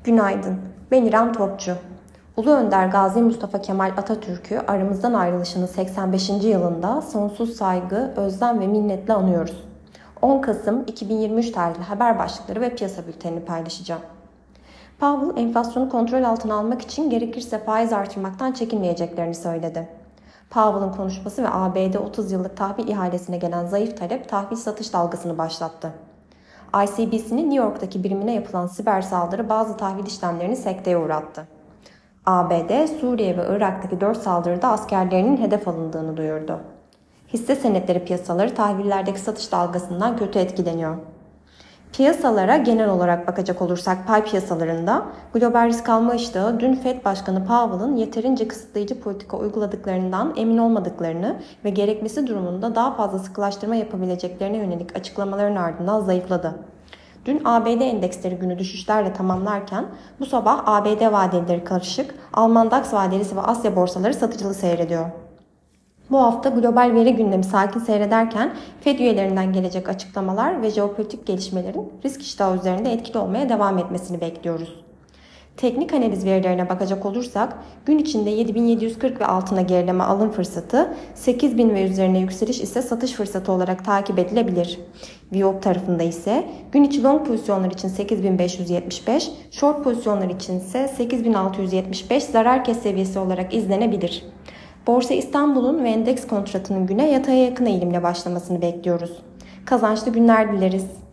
Günaydın, ben İrem Topçu. Ulu Önder Gazi Mustafa Kemal Atatürk'ü aramızdan ayrılışının 85. yılında sonsuz saygı, özlem ve minnetle anıyoruz. 10 Kasım 2023 tarihli haber başlıkları ve piyasa bültenini paylaşacağım. Powell, enflasyonu kontrol altına almak için gerekirse faiz artırmaktan çekinmeyeceklerini söyledi. Powell'ın konuşması ve ABD 30 yıllık tahvil ihalesine gelen zayıf talep tahvil satış dalgasını başlattı. ICBC'nin New York'taki birimine yapılan siber saldırı bazı tahvil işlemlerini sekteye uğrattı. ABD, Suriye ve Irak'taki 4 saldırıda askerlerinin hedef alındığını duyurdu. Hisse senetleri piyasaları tahvillerdeki satış dalgasından kötü etkileniyor. Piyasalara genel olarak bakacak olursak pay piyasalarında global risk alma iştahı dün Fed Başkanı Powell'ın yeterince kısıtlayıcı politika uyguladıklarından emin olmadıklarını ve gerekmesi durumunda daha fazla sıkılaştırma yapabileceklerine yönelik açıklamaların ardından zayıfladı. Dün ABD endeksleri günü düşüşlerle tamamlarken bu sabah ABD vadeleri karışık, Alman DAX vadelisi ve Asya borsaları satıcılı seyrediyor. Bu hafta global veri gündemi sakin seyrederken Fed üyelerinden gelecek açıklamalar ve jeopolitik gelişmelerin risk iştahı üzerinde etkili olmaya devam etmesini bekliyoruz. Teknik analiz verilerine bakacak olursak gün içinde 7740 ve altına gerileme alım fırsatı, 8000 ve üzerine yükseliş ise satış fırsatı olarak takip edilebilir. VWAP tarafında ise gün içi long pozisyonlar için 8575, short pozisyonlar için ise 8675 zarar kes seviyesi olarak izlenebilir. Borsa İstanbul'un ve endeks kontratının güne yataya yakın eğilimle başlamasını bekliyoruz. Kazançlı günler dileriz.